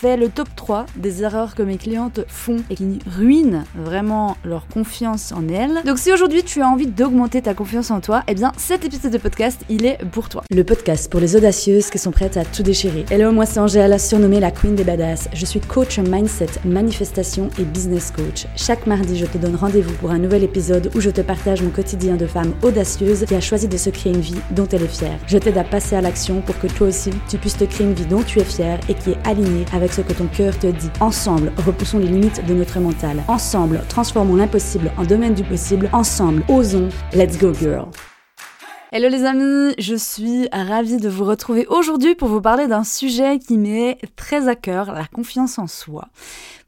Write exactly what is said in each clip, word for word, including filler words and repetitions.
fait le top trois des erreurs que mes clientes font et qui ruinent vraiment leur confiance en elles. Donc si aujourd'hui tu as envie d'augmenter ta confiance en toi, eh bien cet épisode de podcast, il est pour toi. Le podcast pour les audacieuses qui sont prêtes à tout déchirer. Hello, moi c'est Angèle, surnommée la Queen des Badass. Je suis coach mindset, manifestation et business coach. Chaque mardi, je te donne rendez-vous pour un nouvel épisode où je te partage mon quotidien de femme audacieuse qui a choisi de se créer une vie dont elle est fière. Je t'aide à passer à l'action pour que toi aussi, tu puisses te créer une vie dont tu es fière et qui est alignée avec ce que ton cœur te dit. Ensemble, repoussons les limites de notre mental. Ensemble, transformons l'impossible en domaine du possible. Ensemble, osons. Let's go girl. Hello les amis, je suis ravie de vous retrouver aujourd'hui pour vous parler d'un sujet qui m'est très à cœur, la confiance en soi. Pourquoi ?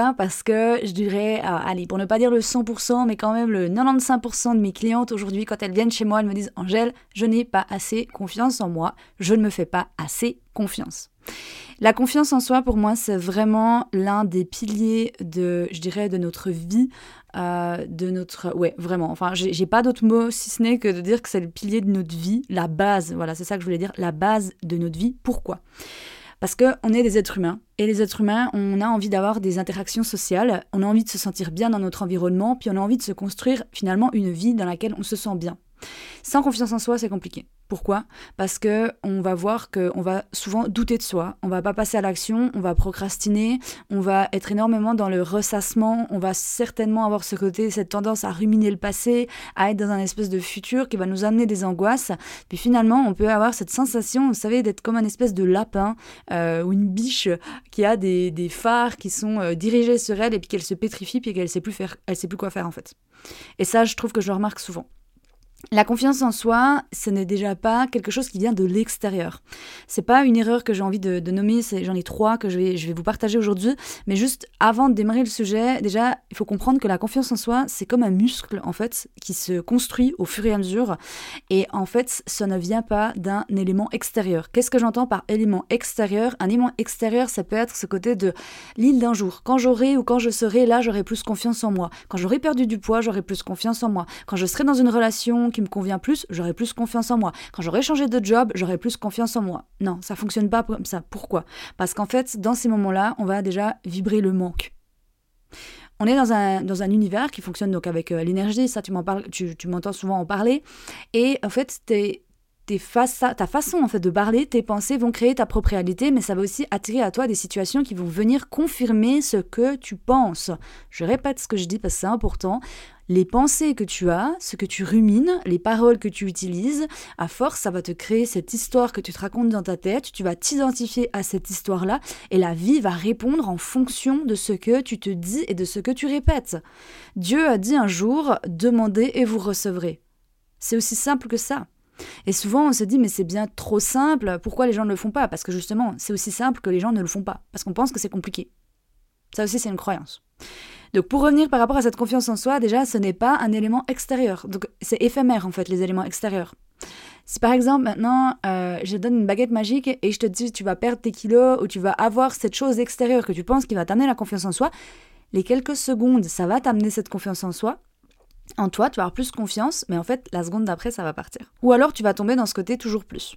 Parce que je dirais, euh, allez, pour ne pas dire le cent pour cent, mais quand même le quatre-vingt-quinze pour cent de mes clientes aujourd'hui, quand elles viennent chez moi, elles me disent « Angèle, je n'ai pas assez confiance en moi, je ne me fais pas assez confiance ». La confiance en soi, pour moi, c'est vraiment l'un des piliers de, je dirais, de notre vie, euh, de notre... Ouais, vraiment. Enfin, j'ai, j'ai pas d'autre mot, si ce n'est que de dire que c'est le pilier de notre vie, la base. Voilà, c'est ça que je voulais dire, la base de notre vie. Pourquoi ? Parce qu'on est des êtres humains, et les êtres humains, on a envie d'avoir des interactions sociales, on a envie de se sentir bien dans notre environnement, puis on a envie de se construire finalement une vie dans laquelle on se sent bien. Sans confiance en soi, c'est compliqué. Pourquoi ? Parce qu'on va voir qu'on va souvent douter de soi, on va pas passer à l'action, on va procrastiner, on va être énormément dans le ressassement, on va certainement avoir ce côté, cette tendance à ruminer le passé, à être dans un espèce de futur qui va nous amener des angoisses. Puis finalement, on peut avoir cette sensation, vous savez, d'être comme un espèce de lapin euh, ou une biche qui a des, des phares qui sont euh, dirigés sur elle et puis qu'elle se pétrifie puis qu'elle sait plus faire, elle sait plus quoi faire en fait. Et ça, je trouve que je le remarque souvent. La confiance en soi, ce n'est déjà pas quelque chose qui vient de l'extérieur. C'est pas une erreur que j'ai envie de, de nommer, c'est, j'en ai trois que je vais, je vais vous partager aujourd'hui, mais juste avant de démarrer le sujet, déjà, il faut comprendre que la confiance en soi, c'est comme un muscle, en fait, qui se construit au fur et à mesure, et en fait, ça ne vient pas d'un élément extérieur. Qu'est-ce que j'entends par élément extérieur ? Un élément extérieur, ça peut être ce côté de l'île d'un jour. Quand j'aurai ou quand je serai là, j'aurai plus confiance en moi. Quand j'aurai perdu du poids, j'aurai plus confiance en moi. Quand je serai dans une relation qui me convient plus, j'aurai plus confiance en moi. Quand j'aurai changé de job, j'aurai plus confiance en moi. Non, ça fonctionne pas comme ça. Pourquoi ? Parce qu'en fait, dans ces moments-là, on va déjà vibrer le manque. On est dans un, dans un univers qui fonctionne donc avec euh, l'énergie, ça tu, m'en parles, tu, tu m'entends souvent en parler, et en fait, t'es, t'es face à, ta façon en fait, de parler, tes pensées vont créer ta propre réalité, mais ça va aussi attirer à toi des situations qui vont venir confirmer ce que tu penses. Je répète ce que je dis parce que c'est important. Les pensées que tu as, ce que tu rumines, les paroles que tu utilises, à force, ça va te créer cette histoire que tu te racontes dans ta tête, tu vas t'identifier à cette histoire-là, et la vie va répondre en fonction de ce que tu te dis et de ce que tu répètes. Dieu a dit un jour, « Demandez et vous recevrez ». C'est aussi simple que ça. Et souvent, on se dit, mais c'est bien trop simple, pourquoi les gens ne le font pas ? Parce que justement, c'est aussi simple que les gens ne le font pas, parce qu'on pense que c'est compliqué. Ça aussi, c'est une croyance. Donc pour revenir par rapport à cette confiance en soi, déjà ce n'est pas un élément extérieur, donc c'est éphémère en fait les éléments extérieurs. Si par exemple maintenant euh, je te donne une baguette magique et je te dis tu vas perdre tes kilos ou tu vas avoir cette chose extérieure que tu penses qui va t'amener la confiance en soi, les quelques secondes ça va t'amener cette confiance en soi, en toi tu vas avoir plus confiance, mais en fait la seconde d'après ça va partir. Ou alors tu vas tomber dans ce côté toujours plus.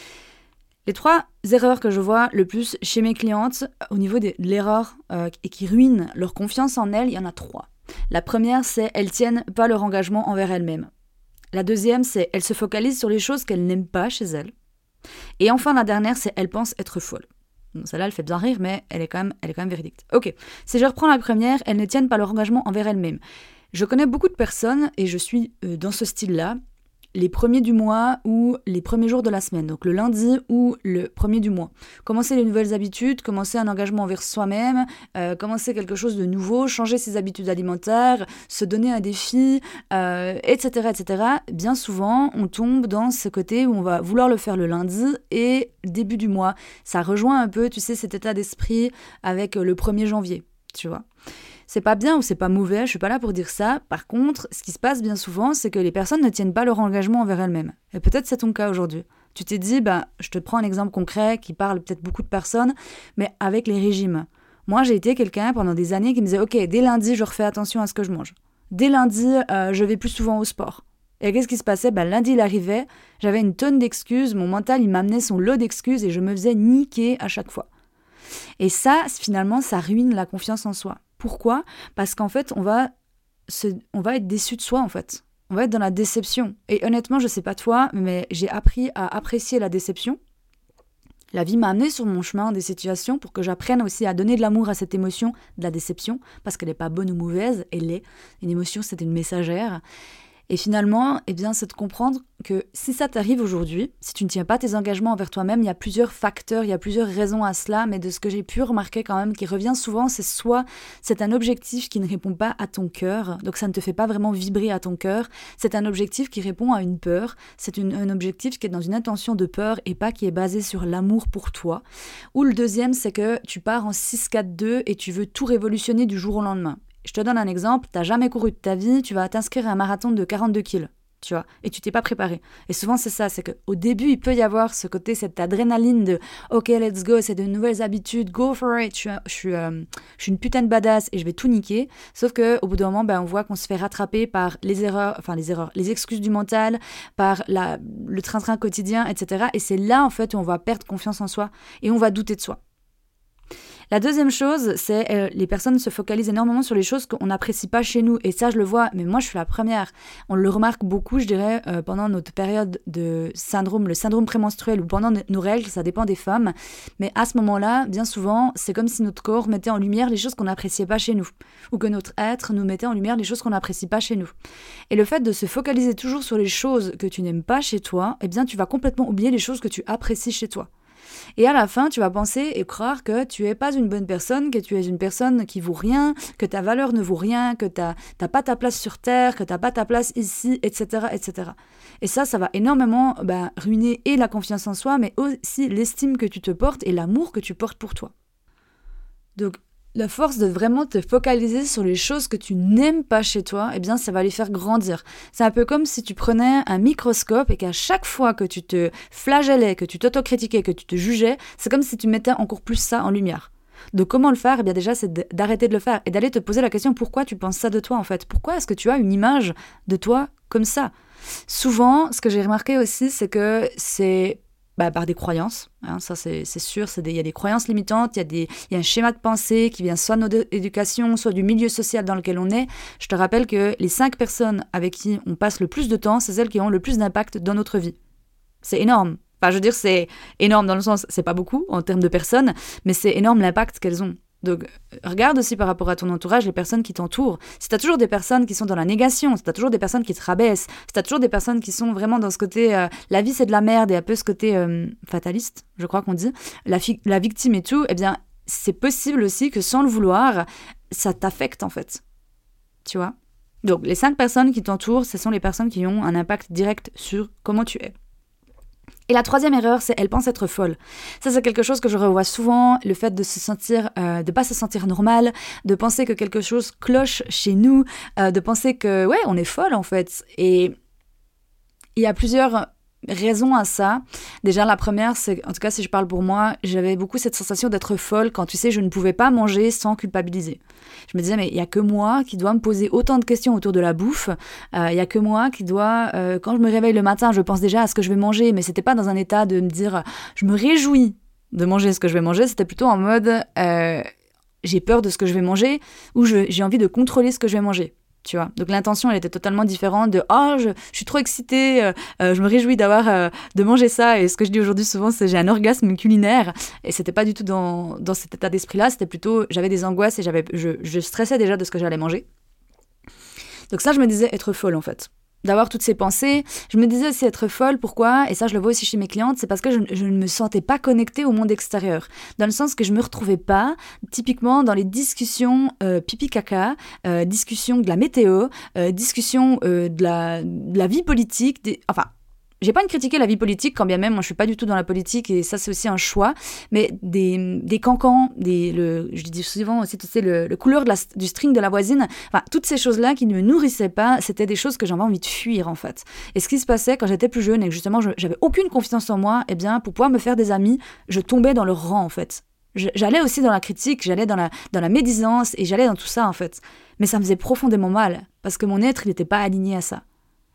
Les trois erreurs que je vois le plus chez mes clientes au niveau de l'erreur euh, et qui ruinent leur confiance en elles, il y en a trois. La première, c'est elles tiennent pas leur engagement envers elles-mêmes. La deuxième, c'est elles se focalisent sur les choses qu'elles n'aiment pas chez elles. Et enfin, la dernière, c'est elles pensent être folles. Bon, celle-là, elle fait bien rire, mais elle est quand même, elle est quand même véridique. Ok, si je reprends la première, elles ne tiennent pas leur engagement envers elles-mêmes. Je connais beaucoup de personnes, et je suis euh, dans ce style-là, les premiers du mois ou les premiers jours de la semaine, donc le lundi ou le premier du mois. Commencer les nouvelles habitudes, commencer un engagement envers soi-même, euh, commencer quelque chose de nouveau, changer ses habitudes alimentaires, se donner un défi, euh, et cetera, et cetera. Bien souvent, on tombe dans ce côté où on va vouloir le faire le lundi et début du mois. Ça rejoint un peu, tu sais, cet état d'esprit avec le premier janvier, tu vois. C'est pas bien ou c'est pas mauvais, je suis pas là pour dire ça. Par contre, ce qui se passe bien souvent, c'est que les personnes ne tiennent pas leur engagement envers elles-mêmes. Et peut-être c'est ton cas aujourd'hui. Tu t'es dit, bah, je te prends un exemple concret qui parle peut-être beaucoup de personnes, mais avec les régimes. Moi, j'ai été quelqu'un pendant des années qui me disait, ok, dès lundi, je refais attention à ce que je mange. Dès lundi, euh, je vais plus souvent au sport. Et qu'est-ce qui se passait ? Ben, lundi, il arrivait, j'avais une tonne d'excuses, mon mental, il m'amenait son lot d'excuses et je me faisais niquer à chaque fois. Et ça, finalement, ça ruine la confiance en soi. Pourquoi ? Parce qu'en fait, on va, se, on va être déçu de soi, en fait. On va être dans la déception. Et honnêtement, je sais pas toi, mais j'ai appris à apprécier la déception. La vie m'a amené sur mon chemin des situations pour que j'apprenne aussi à donner de l'amour à cette émotion de la déception, parce qu'elle n'est pas bonne ou mauvaise, elle est. Une émotion, c'est une messagère. Et finalement, eh bien, c'est de comprendre que si ça t'arrive aujourd'hui, si tu ne tiens pas tes engagements envers toi-même, il y a plusieurs facteurs, il y a plusieurs raisons à cela, mais de ce que j'ai pu remarquer quand même, qui revient souvent, c'est soit c'est un objectif qui ne répond pas à ton cœur, donc ça ne te fait pas vraiment vibrer à ton cœur, c'est un objectif qui répond à une peur, c'est une, un objectif qui est dans une intention de peur et pas qui est basé sur l'amour pour toi. Ou le deuxième, c'est que tu pars en six quatre deux et tu veux tout révolutionner du jour au lendemain. Je te donne un exemple, t'as jamais couru de ta vie, tu vas t'inscrire à un marathon de quarante-deux kilomètres, tu vois, et tu t'es pas préparé. Et souvent c'est ça, c'est qu'au début il peut y avoir ce côté, cette adrénaline de ok let's go, c'est de nouvelles habitudes, go for it, je suis, je suis, euh, je suis une putain de badass et je vais tout niquer. Sauf qu'au bout d'un moment, ben, on voit qu'on se fait rattraper par les erreurs, enfin les erreurs, les excuses du mental, par la, le train-train quotidien, et cetera. Et c'est là en fait où on va perdre confiance en soi et on va douter de soi. La deuxième chose, c'est euh, les personnes se focalisent énormément sur les choses qu'on n'apprécie pas chez nous. Et ça, je le vois, mais moi, je suis la première. On le remarque beaucoup, je dirais, euh, pendant notre période de syndrome, le syndrome prémenstruel ou pendant nos règles, ça dépend des femmes. Mais à ce moment-là, bien souvent, c'est comme si notre corps mettait en lumière les choses qu'on n'appréciait pas chez nous. Ou que notre être nous mettait en lumière les choses qu'on n'apprécie pas chez nous. Et le fait de se focaliser toujours sur les choses que tu n'aimes pas chez toi, eh bien, tu vas complètement oublier les choses que tu apprécies chez toi. Et à la fin, tu vas penser et croire que tu n'es pas une bonne personne, que tu es une personne qui vaut rien, que ta valeur ne vaut rien, que tu n'as pas ta place sur Terre, que tu n'as pas ta place ici, et cetera, et cetera. Et ça, ça va énormément bah, ruiner et la confiance en soi, mais aussi l'estime que tu te portes et l'amour que tu portes pour toi. Donc, la force de vraiment te focaliser sur les choses que tu n'aimes pas chez toi, eh bien, ça va les faire grandir. C'est un peu comme si tu prenais un microscope et qu'à chaque fois que tu te flagellais, que tu t'autocritiquais, que tu te jugeais, c'est comme si tu mettais encore plus ça en lumière. Donc, comment le faire ? Eh bien, déjà, c'est d'arrêter de le faire et d'aller te poser la question, pourquoi tu penses ça de toi, en fait ? Pourquoi est-ce que tu as une image de toi comme ça ? Souvent, ce que j'ai remarqué aussi, c'est que c'est... Bah, par des croyances, hein, ça c'est, c'est sûr, il y a des croyances limitantes, il y, a des, y a un schéma de pensée qui vient soit de notre éducation, soit du milieu social dans lequel on est. Je te rappelle que les cinq personnes avec qui on passe le plus de temps, c'est celles qui ont le plus d'impact dans notre vie. C'est énorme. Enfin, je veux dire, c'est énorme dans le sens, c'est pas beaucoup en termes de personnes, mais c'est énorme l'impact qu'elles ont. Donc, regarde aussi par rapport à ton entourage les personnes qui t'entourent. Si t'as toujours des personnes qui sont dans la négation, si t'as toujours des personnes qui te rabaissent, si t'as toujours des personnes qui sont vraiment dans ce côté euh, la vie c'est de la merde et un peu ce côté euh, fataliste, je crois qu'on dit, la, fi- la victime et tout, eh bien, c'est possible aussi que sans le vouloir, ça t'affecte en fait. Tu vois ? Donc, les cinq personnes qui t'entourent, ce sont les personnes qui ont un impact direct sur comment tu es. Et la troisième erreur, c'est elle pense être folle. Ça, c'est quelque chose que je revois souvent, le fait de se sentir, euh, de pas se sentir normal, de penser que quelque chose cloche chez nous, euh, de penser que, ouais, on est folle en fait. Et il y a plusieurs raisons à ça. Déjà, la première, c'est, en tout cas, si je parle pour moi, j'avais beaucoup cette sensation d'être folle quand, tu sais, je ne pouvais pas manger sans culpabiliser. Je me disais, mais il n'y a que moi qui dois me poser autant de questions autour de la bouffe. Il euh, n'y a que moi qui dois, euh, quand je me réveille le matin, je pense déjà à ce que je vais manger, mais c'était pas dans un état de me dire, je me réjouis de manger ce que je vais manger, c'était plutôt en mode, euh, j'ai peur de ce que je vais manger, ou je, j'ai envie de contrôler ce que je vais manger. Tu vois, donc l'intention elle était totalement différente de oh je, je suis trop excitée, euh, euh, je me réjouis d'avoir euh, de manger ça, et ce que je dis aujourd'hui souvent c'est j'ai un orgasme culinaire, et c'était pas du tout dans, dans cet état d'esprit là, c'était plutôt j'avais des angoisses et j'avais, je, je stressais déjà de ce que j'allais manger. Donc ça je me disais être folle en fait, d'avoir toutes ces pensées. Je me disais aussi être folle, pourquoi ? Et ça je le vois aussi chez mes clientes, c'est parce que je, je ne me sentais pas connectée au monde extérieur, dans le sens que je me retrouvais pas typiquement dans les discussions euh, pipi caca, euh, discussions de la météo, euh, discussions euh, de, la, de la vie politique, des, enfin j'ai pas à critiquer la vie politique, quand bien même, moi je suis pas du tout dans la politique, et ça c'est aussi un choix, mais des, des cancans, des, le, je dis souvent aussi, tu sais, le, le couleur de la, du string de la voisine, enfin, toutes ces choses-là qui ne me nourrissaient pas, c'était des choses que j'avais envie de fuir, en fait. Et ce qui se passait quand j'étais plus jeune et que justement je, j'avais aucune confiance en moi, eh bien, pour pouvoir me faire des amis, je tombais dans leur rang, en fait. Je, j'allais aussi dans la critique, j'allais dans la, dans la médisance, et j'allais dans tout ça, en fait. Mais ça me faisait profondément mal, parce que mon être, il n'était pas aligné à ça.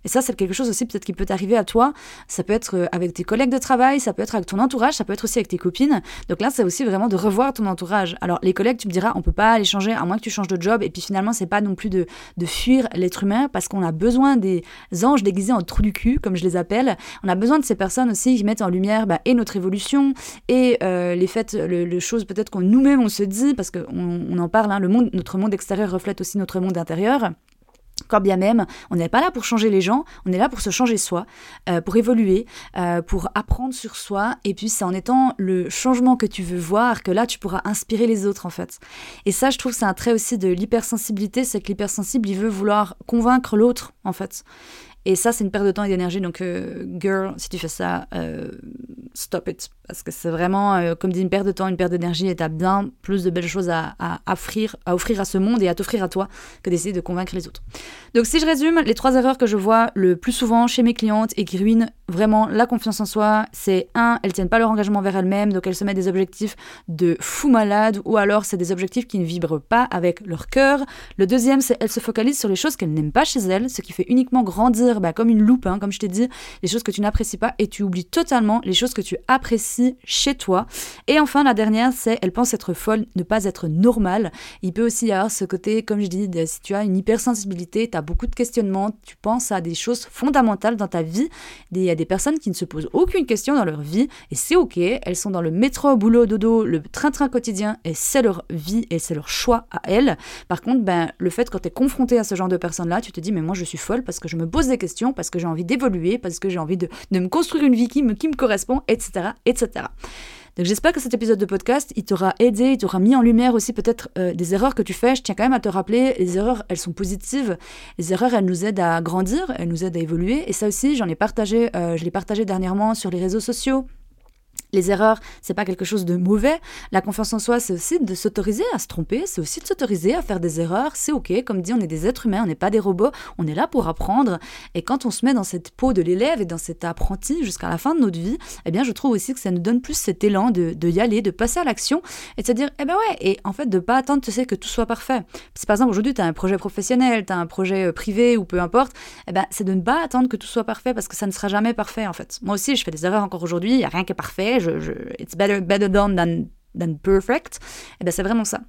Et ça, c'est quelque chose aussi peut-être qui peut t'arriver à toi. Ça peut être avec tes collègues de travail, ça peut être avec ton entourage, ça peut être aussi avec tes copines. Donc là, c'est aussi vraiment de revoir ton entourage. Alors, les collègues, tu me diras, on peut pas les changer à moins que tu changes de job. Et puis finalement, c'est pas non plus de, de fuir l'être humain parce qu'on a besoin des anges déguisés en trous du cul, comme je les appelle. On a besoin de ces personnes aussi qui mettent en lumière bah, et notre évolution et euh, les faits, le, le choses peut-être qu'on nous-mêmes on se dit, parce qu'on on en parle, hein, le monde, notre monde extérieur reflète aussi notre monde intérieur. Quand bien même, on n'est pas là pour changer les gens, on est là pour se changer soi, euh, pour évoluer, euh, pour apprendre sur soi, et puis c'est en étant le changement que tu veux voir que là tu pourras inspirer les autres en fait. Et ça, je trouve que c'est un trait aussi de l'hypersensibilité, c'est que l'hypersensible, il veut vouloir convaincre l'autre en fait. Et ça, c'est une perte de temps et d'énergie. Donc, euh, girl, si tu fais ça, euh, stop it. Parce que c'est vraiment, euh, comme dit, une perte de temps, une perte d'énergie. Et tu as bien plus de belles choses à, à, offrir, à offrir à ce monde et à t'offrir à toi que d'essayer de convaincre les autres. Donc, si je résume, les trois erreurs que je vois le plus souvent chez mes clientes et qui ruinent vraiment la confiance en soi, c'est un, elles tiennent pas leur engagement vers elles-mêmes. Donc, elles se mettent des objectifs de fou malade. Ou alors, c'est des objectifs qui ne vibrent pas avec leur cœur. Le deuxième, c'est elles se focalisent sur les choses qu'elles n'aiment pas chez elles, ce qui fait uniquement grandir Bah, comme une loupe, hein, comme je t'ai dit, les choses que tu n'apprécies pas et tu oublies totalement les choses que tu apprécies chez toi. Et enfin, la dernière, c'est elle pense être folle, ne pas être normale. Il peut aussi y avoir ce côté, comme je dis, de, si tu as une hypersensibilité, tu as beaucoup de questionnements, tu penses à des choses fondamentales dans ta vie. Il y a des personnes qui ne se posent aucune question dans leur vie et c'est ok, elles sont dans le métro, boulot, dodo, le train-train quotidien et c'est leur vie et c'est leur choix à elles. Par contre, ben, le fait quand tu es confronté à ce genre de personnes-là, tu te dis mais moi je suis folle parce que je me pose des questions, parce que j'ai envie d'évoluer, parce que j'ai envie de, de me construire une vie qui me, qui me correspond, et cetera, et cetera. Donc j'espère que cet épisode de podcast, il t'aura aidé, il t'aura mis en lumière aussi peut-être euh, des erreurs que tu fais. Je tiens quand même à te rappeler, les erreurs, elles sont positives. Les erreurs, elles nous aident à grandir, elles nous aident à évoluer. Et ça aussi, j'en ai partagé, euh, je l'ai partagé dernièrement sur les réseaux sociaux. Les erreurs, c'est pas quelque chose de mauvais. La confiance en soi, c'est aussi de s'autoriser à se tromper, c'est aussi de s'autoriser à faire des erreurs. C'est ok, comme dit, on est des êtres humains, on n'est pas des robots, on est là pour apprendre. Et quand on se met dans cette peau de l'élève et dans cet apprenti jusqu'à la fin de notre vie, eh bien, je trouve aussi que ça nous donne plus cet élan de, de y aller, de passer à l'action et de se dire, eh ben ouais, et en fait, de pas attendre, tu sais, que tout soit parfait. Si par exemple, aujourd'hui, tu as un projet professionnel, tu as un projet privé ou peu importe, eh ben, c'est de ne pas attendre que tout soit parfait parce que ça ne sera jamais parfait, en fait. Moi aussi, je fais des erreurs encore aujourd'hui, il n'y a rien qui est parfait. Je, je, it's better, better done than, than perfect. Et ben c'est vraiment ça.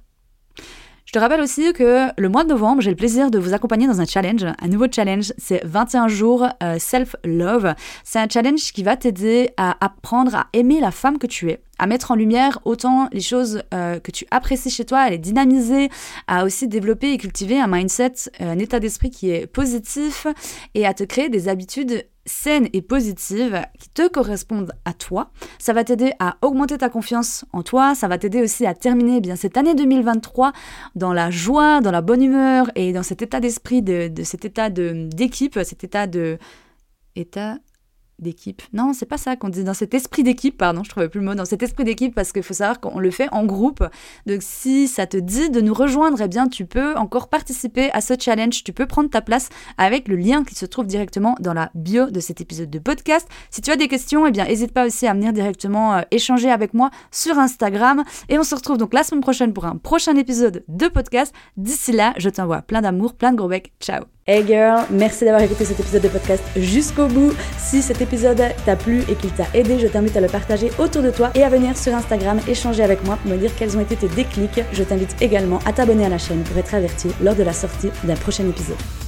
Je te rappelle aussi que le mois de novembre, j'ai le plaisir de vous accompagner dans un challenge, un nouveau challenge, c'est vingt et un jours euh, self-love. C'est un challenge qui va t'aider à apprendre à aimer la femme que tu es, à mettre en lumière autant les choses euh, que tu apprécies chez toi, à les dynamiser, à aussi développer et cultiver un mindset, un état d'esprit qui est positif et à te créer des habitudes saines et positives qui te correspondent à toi. Ça va t'aider à augmenter ta confiance en toi, ça va t'aider aussi à terminer eh bien cette année deux mille vingt-trois dans la joie, dans la bonne humeur et dans cet état d'esprit, de, de cet état de, d'équipe, cet état de... état... d'équipe. Non, c'est pas ça qu'on dit, dans cet esprit d'équipe, pardon, je trouvais plus le mot, dans cet esprit d'équipe, parce qu'il faut savoir qu'on le fait en groupe. Donc si ça te dit de nous rejoindre, eh bien tu peux encore participer à ce challenge, tu peux prendre ta place avec le lien qui se trouve directement dans la bio de cet épisode de podcast. Si tu as des questions, eh bien n'hésite pas aussi à venir directement euh, échanger avec moi sur Instagram et on se retrouve donc la semaine prochaine pour un prochain épisode de podcast. D'ici là, je t'envoie plein d'amour, plein de gros becs. Ciao. Hey girl, merci d'avoir écouté cet épisode de podcast jusqu'au bout. Si cet épisode t'a plu et qu'il t'a aidé, je t'invite à le partager autour de toi et à venir sur Instagram échanger avec moi pour me dire quels ont été tes déclics. Je t'invite également à t'abonner à la chaîne pour être averti lors de la sortie d'un prochain épisode.